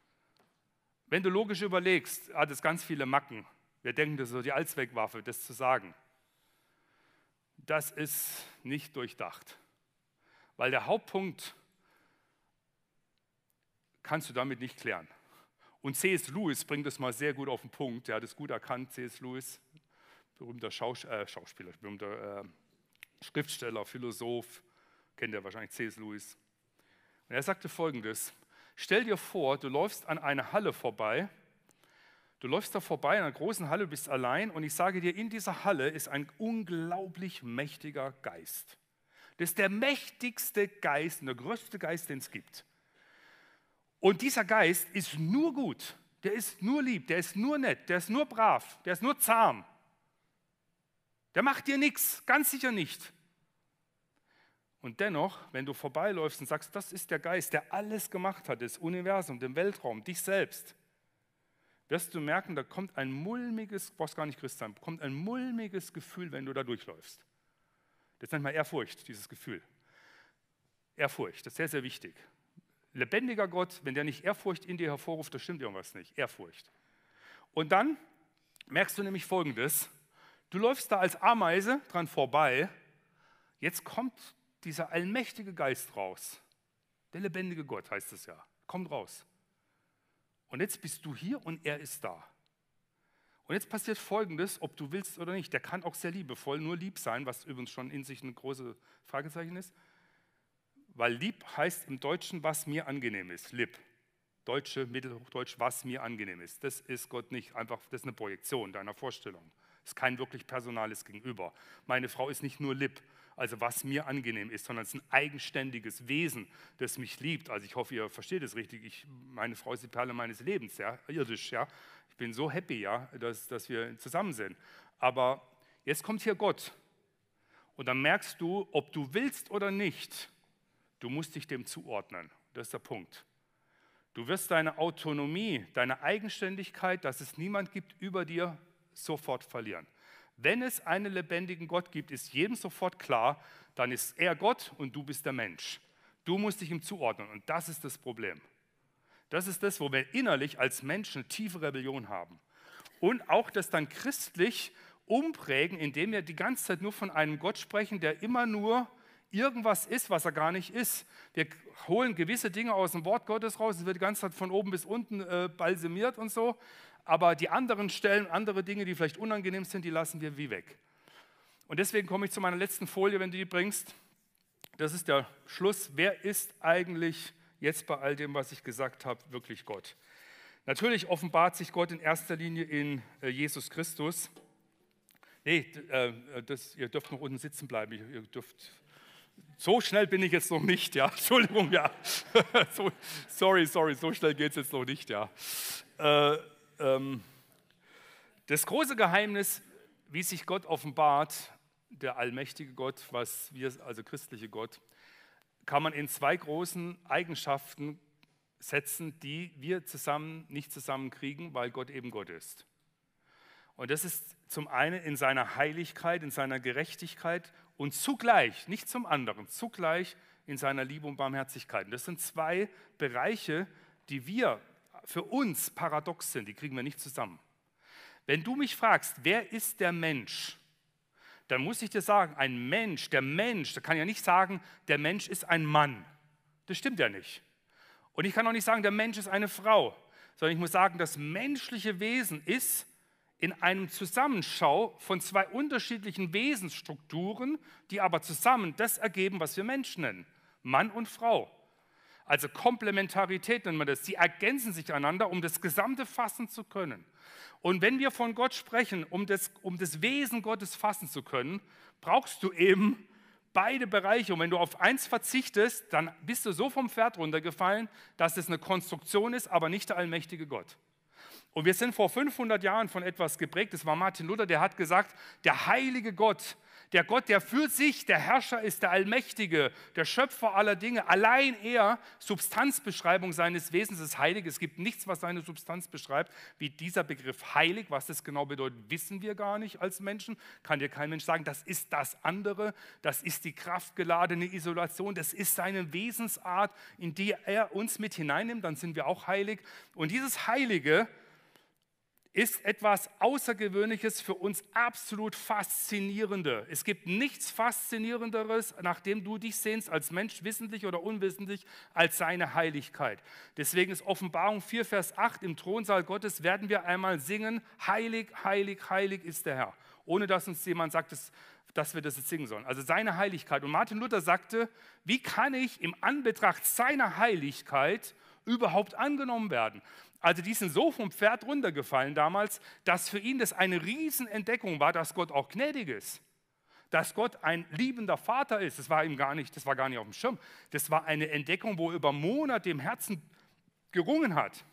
Wenn du logisch überlegst, hat es ganz viele Macken. Wir denken, das ist so die Allzweckwaffe, das zu sagen. Das ist nicht durchdacht. Weil der Hauptpunkt kannst du damit nicht klären. Und C S Lewis bringt das mal sehr gut auf den Punkt. Der hat es gut erkannt, C S Lewis, berühmter Schaus äh, Schauspieler, berühmter äh, Schriftsteller, Philosoph, kennt ihr wahrscheinlich C S Lewis. Und er sagte Folgendes, stell dir vor, du läufst an einer Halle vorbei, du läufst da vorbei an einer großen Halle, du bist allein und ich sage dir, in dieser Halle ist ein unglaublich mächtiger Geist. Das ist der mächtigste Geist, der größte Geist, den es gibt. Und dieser Geist ist nur gut, der ist nur lieb, der ist nur nett, der ist nur brav, der ist nur zahm. Der macht dir nichts, ganz sicher nicht. Und dennoch, wenn du vorbeiläufst und sagst, das ist der Geist, der alles gemacht hat, das Universum, den Weltraum, dich selbst, wirst du merken, da kommt ein mulmiges, du brauchst gar nicht Christ sein, kommt ein mulmiges Gefühl, wenn du da durchläufst. Das nennt man Ehrfurcht, dieses Gefühl. Ehrfurcht, das ist sehr, sehr wichtig. Lebendiger Gott, wenn der nicht Ehrfurcht in dir hervorruft, das stimmt irgendwas nicht, Ehrfurcht. Und dann merkst du nämlich Folgendes, du läufst da als Ameise dran vorbei, jetzt kommt dieser allmächtige Geist raus. Der lebendige Gott heißt es ja. Kommt raus. Und jetzt bist du hier und er ist da. Und jetzt passiert Folgendes, ob du willst oder nicht. Der kann auch sehr liebevoll, nur lieb sein, was übrigens schon in sich ein großes Fragezeichen ist. Weil lieb heißt im Deutschen, was mir angenehm ist. Lieb. Deutsche, Mittelhochdeutsch, was mir angenehm ist. Das ist Gott nicht. Einfach, das ist eine Projektion deiner Vorstellung. Es ist kein wirklich personales Gegenüber. Meine Frau ist nicht nur lieb, also was mir angenehm ist, sondern es ist ein eigenständiges Wesen, das mich liebt. Also ich hoffe, ihr versteht es richtig. Ich, meine Frau ist die Perle meines Lebens, ja, irdisch. Ja. Ich bin so happy, ja, dass, dass wir zusammen sind. Aber jetzt kommt hier Gott. Und dann merkst du, ob du willst oder nicht, du musst dich dem zuordnen. Das ist der Punkt. Du wirst deine Autonomie, deine Eigenständigkeit, dass es niemand gibt über dir, sofort verlieren. Wenn es einen lebendigen Gott gibt, ist jedem sofort klar, dann ist er Gott und du bist der Mensch. Du musst dich ihm zuordnen und das ist das Problem. Das ist das, wo wir innerlich als Menschen eine tiefe Rebellion haben. Und auch das dann christlich umprägen, indem wir die ganze Zeit nur von einem Gott sprechen, der immer nur irgendwas ist, was er gar nicht ist. Wir holen gewisse Dinge aus dem Wort Gottes raus, es wird die ganze Zeit von oben bis unten äh, balsamiert und so, aber die anderen Stellen, andere Dinge, die vielleicht unangenehm sind, die lassen wir wie weg. Und deswegen komme ich zu meiner letzten Folie, wenn du die bringst. Das ist der Schluss. Wer ist eigentlich jetzt bei all dem, was ich gesagt habe, wirklich Gott? Natürlich offenbart sich Gott in erster Linie in äh, Jesus Christus. Nee, äh, das, ihr dürft noch unten sitzen bleiben. Ihr dürft, so schnell bin ich jetzt noch nicht, ja. Entschuldigung, ja. so, sorry, sorry, so schnell geht es jetzt noch nicht, ja. Äh, ähm, das große Geheimnis, wie sich Gott offenbart, der allmächtige Gott, was wir, also christliche Gott, kann man in zwei großen Eigenschaften setzen, die wir zusammen nicht zusammenkriegen, weil Gott eben Gott ist. Und das ist zum einen in seiner Heiligkeit, in seiner Gerechtigkeit und zugleich, nicht zum anderen, zugleich in seiner Liebe und Barmherzigkeit. Und das sind zwei Bereiche, die wir für uns paradox sind, die kriegen wir nicht zusammen. Wenn du mich fragst, wer ist der Mensch, dann muss ich dir sagen, ein Mensch, der Mensch, da kann ja nicht sagen, der Mensch ist ein Mann. Das stimmt ja nicht. Und ich kann auch nicht sagen, der Mensch ist eine Frau, sondern ich muss sagen, das menschliche Wesen ist in einem Zusammenschau von zwei unterschiedlichen Wesensstrukturen, die aber zusammen das ergeben, was wir Menschen nennen, Mann und Frau. Also Komplementarität nennt man das. Sie ergänzen sich einander, um das Gesamte fassen zu können. Und wenn wir von Gott sprechen, um das, um das Wesen Gottes fassen zu können, brauchst du eben beide Bereiche. Und wenn du auf eins verzichtest, dann bist du so vom Pferd runtergefallen, dass es eine Konstruktion ist, aber nicht der allmächtige Gott. Und wir sind vor fünfhundert Jahren von etwas geprägt, das war Martin Luther, der hat gesagt, der heilige Gott, der Gott, der für sich der Herrscher ist, der Allmächtige, der Schöpfer aller Dinge, allein er, Substanzbeschreibung seines Wesens ist heilig. Es gibt nichts, was seine Substanz beschreibt, wie dieser Begriff heilig. Was das genau bedeutet, wissen wir gar nicht als Menschen. Kann dir kein Mensch sagen, das ist das andere, das ist die kraftgeladene Isolation, das ist seine Wesensart, in die er uns mit hineinnimmt, dann sind wir auch heilig. Und dieses Heilige ist etwas Außergewöhnliches, für uns absolut Faszinierende. Es gibt nichts Faszinierenderes, nachdem du dich sehnst, als Mensch, wissentlich oder unwissentlich, als seine Heiligkeit. Deswegen ist Offenbarung vier, Vers acht, im Thronsaal Gottes werden wir einmal singen, heilig, heilig, heilig ist der Herr. Ohne dass uns jemand sagt, dass, dass wir das jetzt singen sollen. Also seine Heiligkeit. Und Martin Luther sagte, wie kann ich im Anbetracht seiner Heiligkeit überhaupt angenommen werden? Also die sind so vom Pferd runtergefallen damals, dass für ihn das eine Riesenentdeckung war, dass Gott auch gnädig ist. Dass Gott ein liebender Vater ist. Das war ihm gar nicht, das war gar nicht auf dem Schirm. Das war eine Entdeckung, wo er über Monate im Herzen gerungen hat.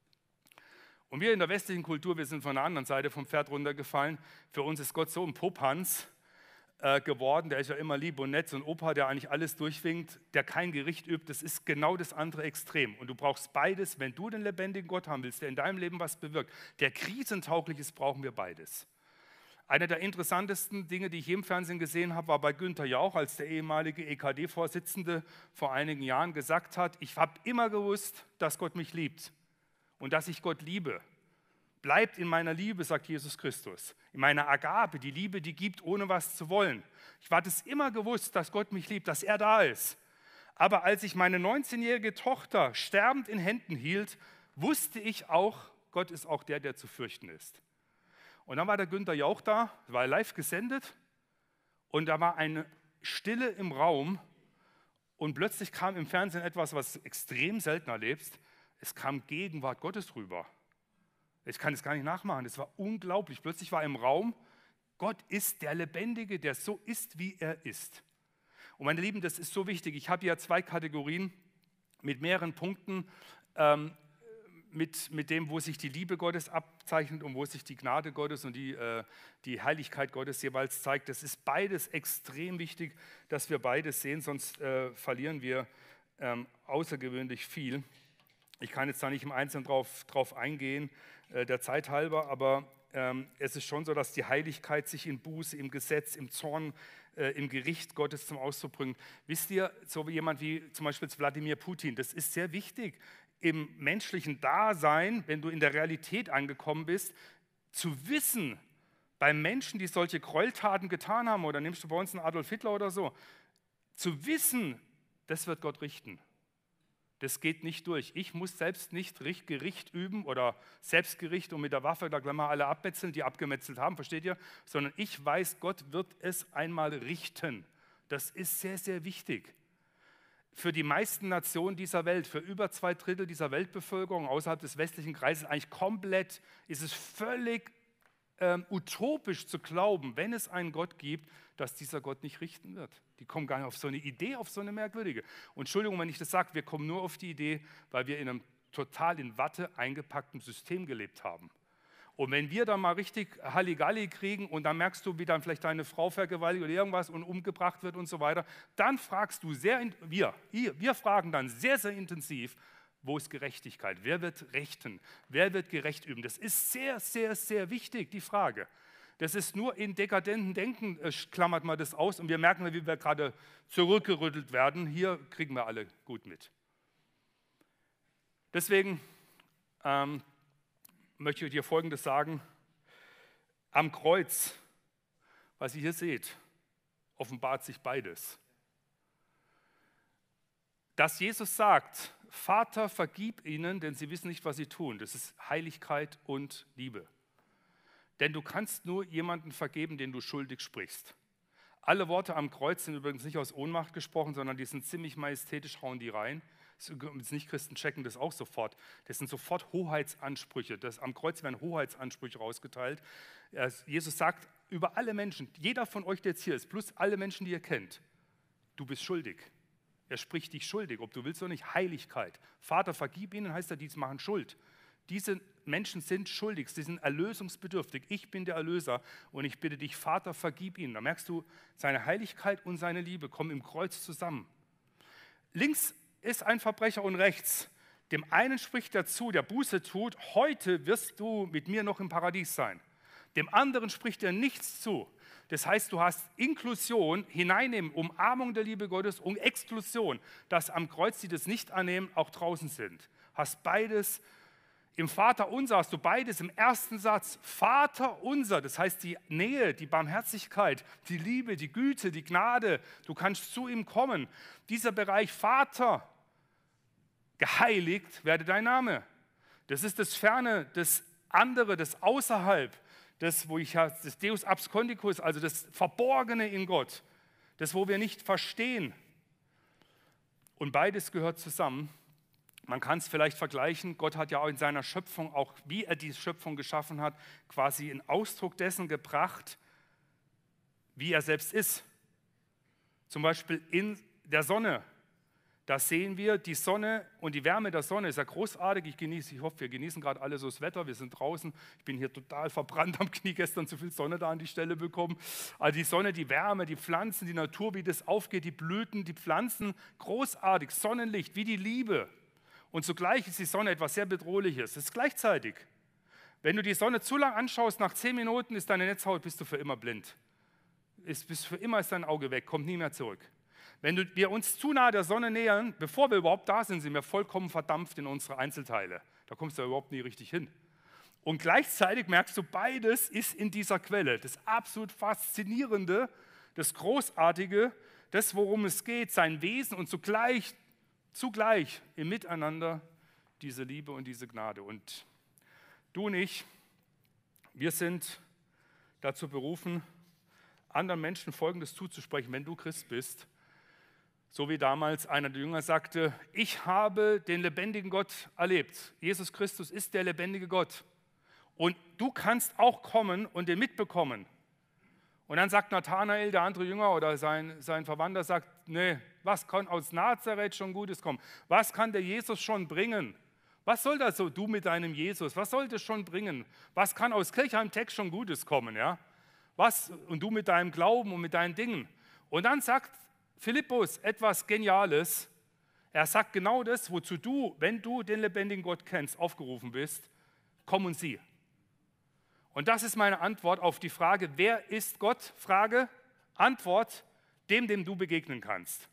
Und wir in der westlichen Kultur, wir sind von der anderen Seite vom Pferd runtergefallen. Für uns ist Gott so ein Popanz geworden, der ist ja immer lieb und nett, so ein Opa, der eigentlich alles durchwinkt, der kein Gericht übt, das ist genau das andere Extrem. Und du brauchst beides, wenn du den lebendigen Gott haben willst, der in deinem Leben was bewirkt, der krisentauglich ist, brauchen wir beides. Eine der interessantesten Dinge, die ich je im Fernsehen gesehen habe, war bei Günther Jauch, als der ehemalige E K D-Vorsitzende vor einigen Jahren gesagt hat, ich habe immer gewusst, dass Gott mich liebt und dass ich Gott liebe. Bleibt in meiner Liebe, sagt Jesus Christus, in meiner Agape, die Liebe, die gibt, ohne was zu wollen. Ich hatte es immer gewusst, dass Gott mich liebt, dass er da ist. Aber als ich meine neunzehnjährige Tochter sterbend in Händen hielt, wusste ich auch, Gott ist auch der, der zu fürchten ist. Und dann war der Günther Jauch da, war live gesendet und da war eine Stille im Raum und plötzlich kam im Fernsehen etwas, was du extrem selten erlebst. Es kam Gegenwart Gottes rüber. Ich kann es gar nicht nachmachen, es war unglaublich. Plötzlich war im Raum Gott ist der Lebendige, der so ist, wie er ist. Und meine Lieben, das ist so wichtig. Ich habe hier zwei Kategorien mit mehreren Punkten, ähm, mit, mit dem, wo sich die Liebe Gottes abzeichnet und wo sich die Gnade Gottes und die, äh, die Heiligkeit Gottes jeweils zeigt. Das ist beides extrem wichtig, dass wir beides sehen, sonst äh, verlieren wir ähm, außergewöhnlich viel. Ich kann jetzt da nicht im Einzelnen drauf, drauf eingehen, äh, der Zeit halber, aber ähm, es ist schon so, dass die Heiligkeit sich in Buße, im Gesetz, im Zorn, äh, im Gericht Gottes zum Ausdruck bringt. Wisst ihr, so wie jemand wie zum Beispiel Wladimir Putin, das ist sehr wichtig, im menschlichen Dasein, wenn du in der Realität angekommen bist, zu wissen, bei Menschen, die solche Gräueltaten getan haben, oder nimmst du bei uns einen Adolf Hitler oder so, zu wissen, das wird Gott richten. Das geht nicht durch. Ich muss selbst nicht Gericht üben oder Selbstgericht und mit der Waffe da gleich mal alle abmetzeln, die abgemetzelt haben, versteht ihr? Sondern ich weiß, Gott wird es einmal richten. Das ist sehr, sehr wichtig. Für die meisten Nationen dieser Welt, für über zwei Drittel dieser Weltbevölkerung außerhalb des westlichen Kreises, eigentlich komplett, ist es völlig ähm, utopisch zu glauben, wenn es einen Gott gibt, dass dieser Gott nicht richten wird. Die kommen gar nicht auf so eine Idee, auf so eine merkwürdige. Und Entschuldigung, wenn ich das sage, wir kommen nur auf die Idee, weil wir in einem total in Watte eingepackten System gelebt haben. Und wenn wir dann mal richtig Halligalli kriegen und dann merkst du, wie dann vielleicht deine Frau vergewaltigt oder irgendwas und umgebracht wird und so weiter, dann fragst du sehr, wir, wir fragen dann sehr, sehr intensiv, wo ist Gerechtigkeit? Wer wird rechten? Wer wird gerecht üben? Das ist sehr, sehr, sehr wichtig, die Frage. Das ist nur in dekadenten Denken, äh, klammert man das aus und wir merken, wie wir gerade zurückgerüttelt werden. Hier kriegen wir alle gut mit. Deswegen ähm, möchte ich dir Folgendes sagen. Am Kreuz, was ihr hier seht, offenbart sich beides. Dass Jesus sagt, Vater, vergib ihnen, denn sie wissen nicht, was sie tun. Das ist Heiligkeit und Liebe. Denn du kannst nur jemanden vergeben, den du schuldig sprichst. Alle Worte am Kreuz sind übrigens nicht aus Ohnmacht gesprochen, sondern die sind ziemlich majestätisch, hauen die rein. Nicht-Christen checken das auch sofort. Das sind sofort Hoheitsansprüche. Das, am Kreuz werden Hoheitsansprüche rausgeteilt. Jesus sagt über alle Menschen, jeder von euch, der jetzt hier ist, plus alle Menschen, die ihr kennt, du bist schuldig. Er spricht dich schuldig, ob du willst oder nicht. Heiligkeit. Vater, vergib ihnen, heißt er, die machen Schuld. Diese Menschen sind schuldig, sie sind erlösungsbedürftig. Ich bin der Erlöser und ich bitte dich, Vater, vergib ihnen. Da merkst du, seine Heiligkeit und seine Liebe kommen im Kreuz zusammen. Links ist ein Verbrecher und rechts. Dem einen spricht er zu, der Buße tut, heute wirst du mit mir noch im Paradies sein. Dem anderen spricht er nichts zu. Das heißt, du hast Inklusion, Hineinnehmen, Umarmung der Liebe Gottes und Exklusion, dass am Kreuz, die das nicht annehmen, auch draußen sind. Hast beides. Im Vater unser hast du beides im ersten Satz. Vater unser, das heißt die Nähe, die Barmherzigkeit, die Liebe, die Güte, die Gnade. Du kannst zu ihm kommen. Dieser Bereich Vater, geheiligt werde dein Name. Das ist das Ferne, das andere, das Außerhalb, das, wo ich das Deus abscondicus, also das Verborgene in Gott, das, wo wir nicht verstehen. Und beides gehört zusammen. Man kann es vielleicht vergleichen, Gott hat ja auch in seiner Schöpfung, auch wie er die Schöpfung geschaffen hat, quasi in Ausdruck dessen gebracht, wie er selbst ist. Zum Beispiel in der Sonne. Da sehen wir die Sonne und die Wärme der Sonne ist ja großartig. Ich genieße, ich hoffe, wir genießen gerade alle so das Wetter. Wir sind draußen. Ich bin hier total verbrannt am Knie, gestern zu viel Sonne da an die Stelle bekommen. Also die Sonne, die Wärme, die Pflanzen, die Natur, wie das aufgeht, die Blüten, die Pflanzen, großartig. Sonnenlicht, wie die Liebe. Und zugleich ist die Sonne etwas sehr Bedrohliches. Das ist gleichzeitig. Wenn du die Sonne zu lang anschaust, nach zehn Minuten ist deine Netzhaut, bist du für immer blind. Ist, bist für immer ist dein Auge weg, kommt nie mehr zurück. Wenn du, wir uns zu nahe der Sonne nähern, bevor wir überhaupt da sind, sind wir vollkommen verdampft in unsere Einzelteile. Da kommst du ja überhaupt nie richtig hin. Und gleichzeitig merkst du, beides ist in dieser Quelle. Das absolut Faszinierende, das Großartige, das, worum es geht, sein Wesen und zugleich, zugleich im Miteinander diese Liebe und diese Gnade. Und du und ich, wir sind dazu berufen, anderen Menschen Folgendes zuzusprechen, wenn du Christ bist. So wie damals einer der Jünger sagte, ich habe den lebendigen Gott erlebt. Jesus Christus ist der lebendige Gott. Und du kannst auch kommen und den mitbekommen. Und dann sagt Nathanael, der andere Jünger oder sein, sein Verwandter, sagt, nee, was kann aus Nazareth schon Gutes kommen? Was kann der Jesus schon bringen? Was soll das so, du mit deinem Jesus? Was soll das schon bringen? Was kann aus Kirchheim-Text schon Gutes kommen? Ja? Was, und du mit deinem Glauben und mit deinen Dingen. Und dann sagt Philippus etwas Geniales. Er sagt genau das, wozu du, wenn du den lebendigen Gott kennst, aufgerufen bist. Komm und sieh. Und das ist meine Antwort auf die Frage, wer ist Gott? Frage, Antwort, dem, dem du begegnen kannst.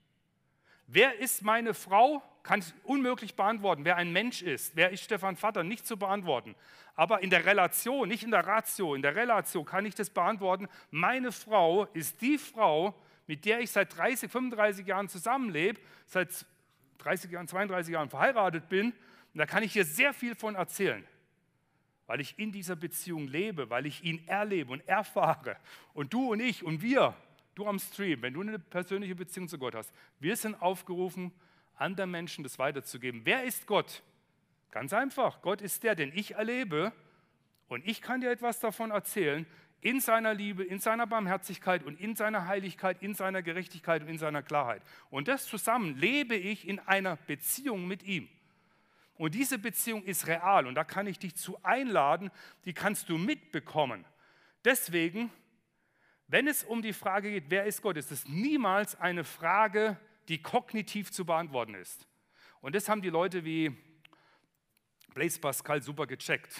Wer ist meine Frau? Kann ich unmöglich beantworten. Wer ein Mensch ist, wer ist Stefan Vatter? Nicht zu beantworten. Aber in der Relation, nicht in der Ratio, in der Relation kann ich das beantworten. Meine Frau ist die Frau, mit der ich seit dreißig, fünfunddreißig Jahren zusammenlebe, seit dreißig Jahren, zweiunddreißig Jahren verheiratet bin. Und da kann ich hier sehr viel von erzählen, weil ich in dieser Beziehung lebe, weil ich ihn erlebe und erfahre. Und du und ich und wir, du am Stream, wenn du eine persönliche Beziehung zu Gott hast, wir sind aufgerufen, anderen Menschen das weiterzugeben. Wer ist Gott? Ganz einfach. Gott ist der, den ich erlebe und ich kann dir etwas davon erzählen, in seiner Liebe, in seiner Barmherzigkeit und in seiner Heiligkeit, in seiner Gerechtigkeit und in seiner Klarheit. Und das zusammen lebe ich in einer Beziehung mit ihm. Und diese Beziehung ist real und da kann ich dich zu einladen, die kannst du mitbekommen. Deswegen, wenn es um die Frage geht, wer ist Gott, ist es niemals eine Frage, die kognitiv zu beantworten ist. Und das haben die Leute wie Blaise Pascal super gecheckt.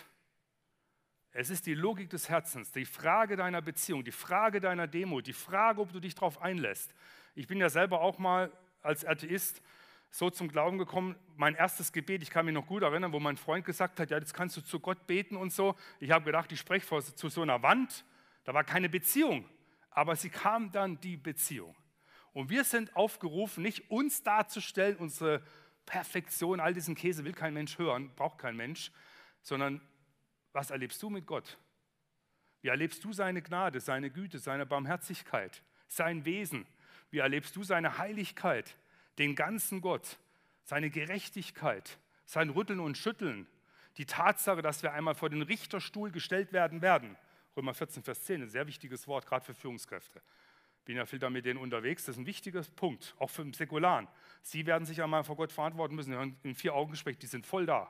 Es ist die Logik des Herzens, die Frage deiner Beziehung, die Frage deiner Demut, die Frage, ob du dich darauf einlässt. Ich bin ja selber auch mal als Atheist so zum Glauben gekommen, mein erstes Gebet, ich kann mich noch gut erinnern, wo mein Freund gesagt hat, ja, jetzt kannst du zu Gott beten und so. Ich habe gedacht, ich spreche vor, zu so einer Wand, da war keine Beziehung, aber sie kam dann die Beziehung. Und wir sind aufgerufen, nicht uns darzustellen, unsere Perfektion, all diesen Käse will kein Mensch hören, braucht kein Mensch, sondern was erlebst du mit Gott? Wie erlebst du seine Gnade, seine Güte, seine Barmherzigkeit, sein Wesen? Wie erlebst du seine Heiligkeit, den ganzen Gott, seine Gerechtigkeit, sein Rütteln und Schütteln, die Tatsache, dass wir einmal vor den Richterstuhl gestellt werden werden? Römer vierzehn, Vers zehn, ein sehr wichtiges Wort, gerade für Führungskräfte. Bin ja viel da mit denen unterwegs, das ist ein wichtiger Punkt, auch für den Säkularen. Sie werden sich einmal vor Gott verantworten müssen, wir hören in vier Augengespräch, die sind voll da.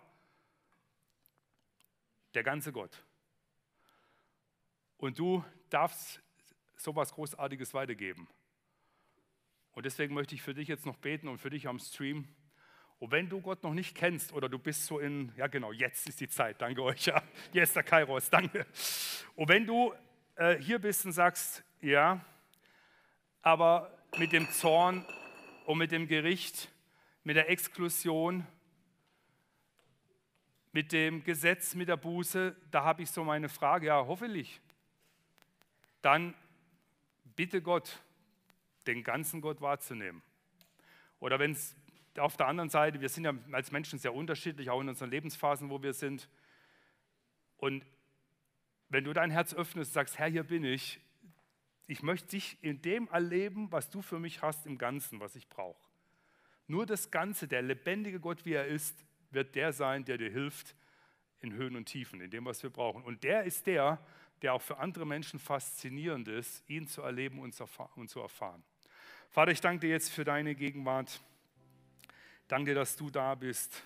Der ganze Gott. Und du darfst sowas Großartiges weitergeben. Und deswegen möchte ich für dich jetzt noch beten und für dich am Stream. Und wenn du Gott noch nicht kennst oder du bist so in, ja genau, jetzt ist die Zeit, danke euch, ja, hier ist der Kairos, danke. Und wenn du äh, hier bist und sagst, ja, aber mit dem Zorn und mit dem Gericht, mit der Exklusion, mit dem Gesetz, mit der Buße, da habe ich so meine Frage, ja, hoffentlich. Dann bitte Gott, den ganzen Gott wahrzunehmen. Oder wenn es auf der anderen Seite, wir sind ja als Menschen sehr unterschiedlich, auch in unseren Lebensphasen, wo wir sind. Und wenn du dein Herz öffnest und sagst, Herr, hier bin ich, ich möchte dich in dem erleben, was du für mich hast, im Ganzen, was ich brauche. Nur das Ganze, der lebendige Gott, wie er ist, wird der sein, der dir hilft in Höhen und Tiefen, in dem, was wir brauchen. Und der ist der, der auch für andere Menschen faszinierend ist, ihn zu erleben und zu erfahren. Vater, ich danke dir jetzt für deine Gegenwart. Danke dir, dass du da bist.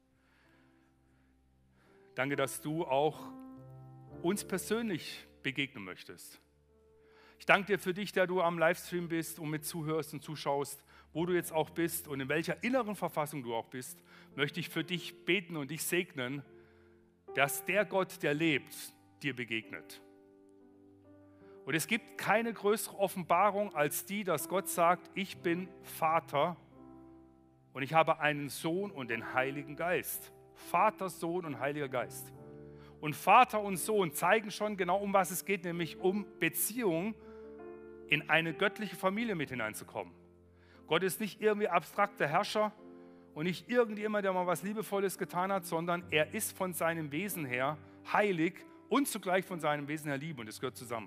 Danke, dass du auch uns persönlich begegnen möchtest. Ich danke dir für dich, der du am Livestream bist und mit zuhörst und zuschaust, wo du jetzt auch bist und in welcher inneren Verfassung du auch bist, möchte ich für dich beten und dich segnen, dass der Gott, der lebt, dir begegnet. Und es gibt keine größere Offenbarung als die, dass Gott sagt, ich bin Vater und ich habe einen Sohn und den Heiligen Geist. Vater, Sohn und Heiliger Geist. Und Vater und Sohn zeigen schon genau, um was es geht, nämlich um Beziehung in eine göttliche Familie mit hineinzukommen. Gott ist nicht irgendwie abstrakter Herrscher und nicht irgendjemand, der mal was Liebevolles getan hat, sondern er ist von seinem Wesen her heilig und zugleich von seinem Wesen her Liebe und es gehört zusammen.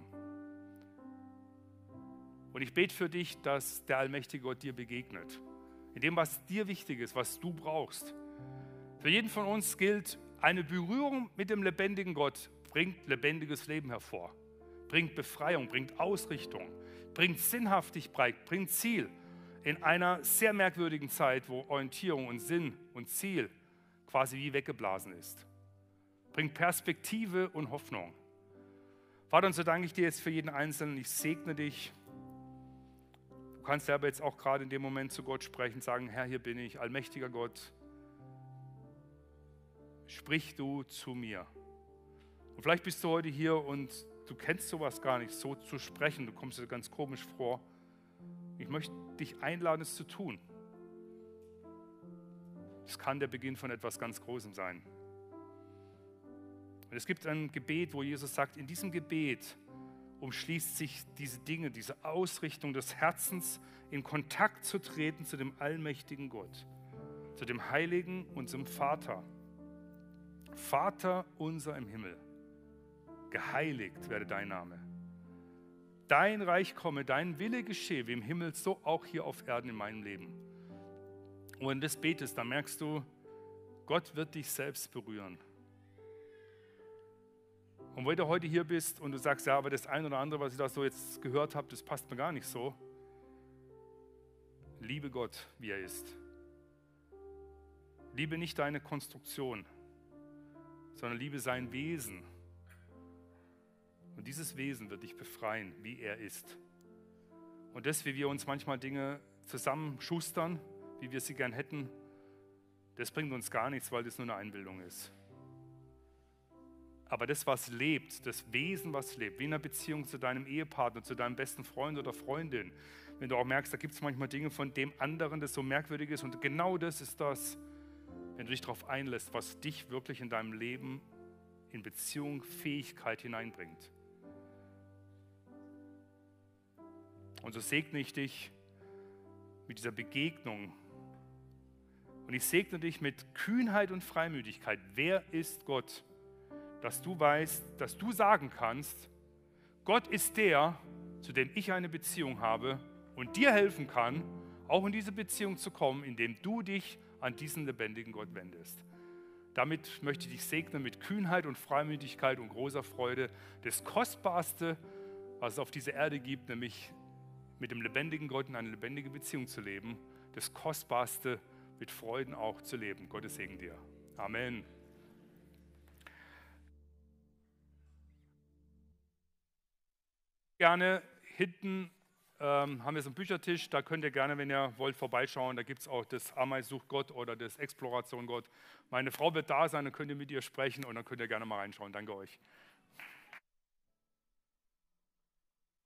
Und ich bete für dich, dass der allmächtige Gott dir begegnet. In dem, was dir wichtig ist, was du brauchst. Für jeden von uns gilt, eine Berührung mit dem lebendigen Gott bringt lebendiges Leben hervor. bringt Befreiung, bringt Ausrichtung, bringt Sinnhaftigkeit, bringt Ziel. In einer sehr merkwürdigen Zeit, wo Orientierung und Sinn und Ziel quasi wie weggeblasen ist. Bringt Perspektive und Hoffnung. Vater, und so danke ich dir jetzt für jeden Einzelnen. Ich segne dich. Du kannst aber jetzt auch gerade in dem Moment zu Gott sprechen, sagen, Herr, hier bin ich, allmächtiger Gott. Sprich du zu mir. Und vielleicht bist du heute hier und du kennst sowas gar nicht, so zu sprechen. Du kommst dir ganz komisch vor. Ich möchte dich einladen, es zu tun. Es kann der Beginn von etwas ganz Großem sein. Und es gibt ein Gebet, wo Jesus sagt, in diesem Gebet umschließt sich diese Dinge, diese Ausrichtung des Herzens, in Kontakt zu treten zu dem allmächtigen Gott, zu dem Heiligen und zum Vater. Vater unser im Himmel, geheiligt werde dein Name. Dein Reich komme, dein Wille geschehe, wie im Himmel, so auch hier auf Erden in meinem Leben. Und wenn du das betest, dann merkst du, Gott wird dich selbst berühren. Und wenn du heute hier bist und du sagst, ja, aber das eine oder andere, was ich da so jetzt gehört habe, das passt mir gar nicht so. Liebe Gott, wie er ist. Liebe nicht deine Konstruktion, sondern liebe sein Wesen. Und dieses Wesen wird dich befreien, wie er ist. Und das, wie wir uns manchmal Dinge zusammenschustern, wie wir sie gern hätten, das bringt uns gar nichts, weil das nur eine Einbildung ist. Aber das, was lebt, das Wesen, was lebt, wie in einer Beziehung zu deinem Ehepartner, zu deinem besten Freund oder Freundin, wenn du auch merkst, da gibt es manchmal Dinge von dem anderen, das so merkwürdig ist, und genau das ist das, wenn du dich darauf einlässt, was dich wirklich in deinem Leben in Beziehung, Fähigkeit hineinbringt. Und so segne ich dich mit dieser Begegnung. Und ich segne dich mit Kühnheit und Freimütigkeit. Wer ist Gott? Dass du weißt, dass du sagen kannst, Gott ist der, zu dem ich eine Beziehung habe und dir helfen kann, auch in diese Beziehung zu kommen, indem du dich an diesen lebendigen Gott wendest. Damit möchte ich dich segnen mit Kühnheit und Freimütigkeit und großer Freude. Das Kostbarste, was es auf dieser Erde gibt, nämlich mit dem lebendigen Gott in eine lebendige Beziehung zu leben. Das Kostbarste mit Freuden auch zu leben. Gottes Segen dir. Amen. Gerne hinten ähm, haben wir so einen Büchertisch, da könnt ihr gerne, wenn ihr wollt, vorbeischauen. Da gibt es auch das Ameis sucht Gott oder das Exploration Gott. Meine Frau wird da sein, dann könnt ihr mit ihr sprechen und dann könnt ihr gerne mal reinschauen. Danke euch.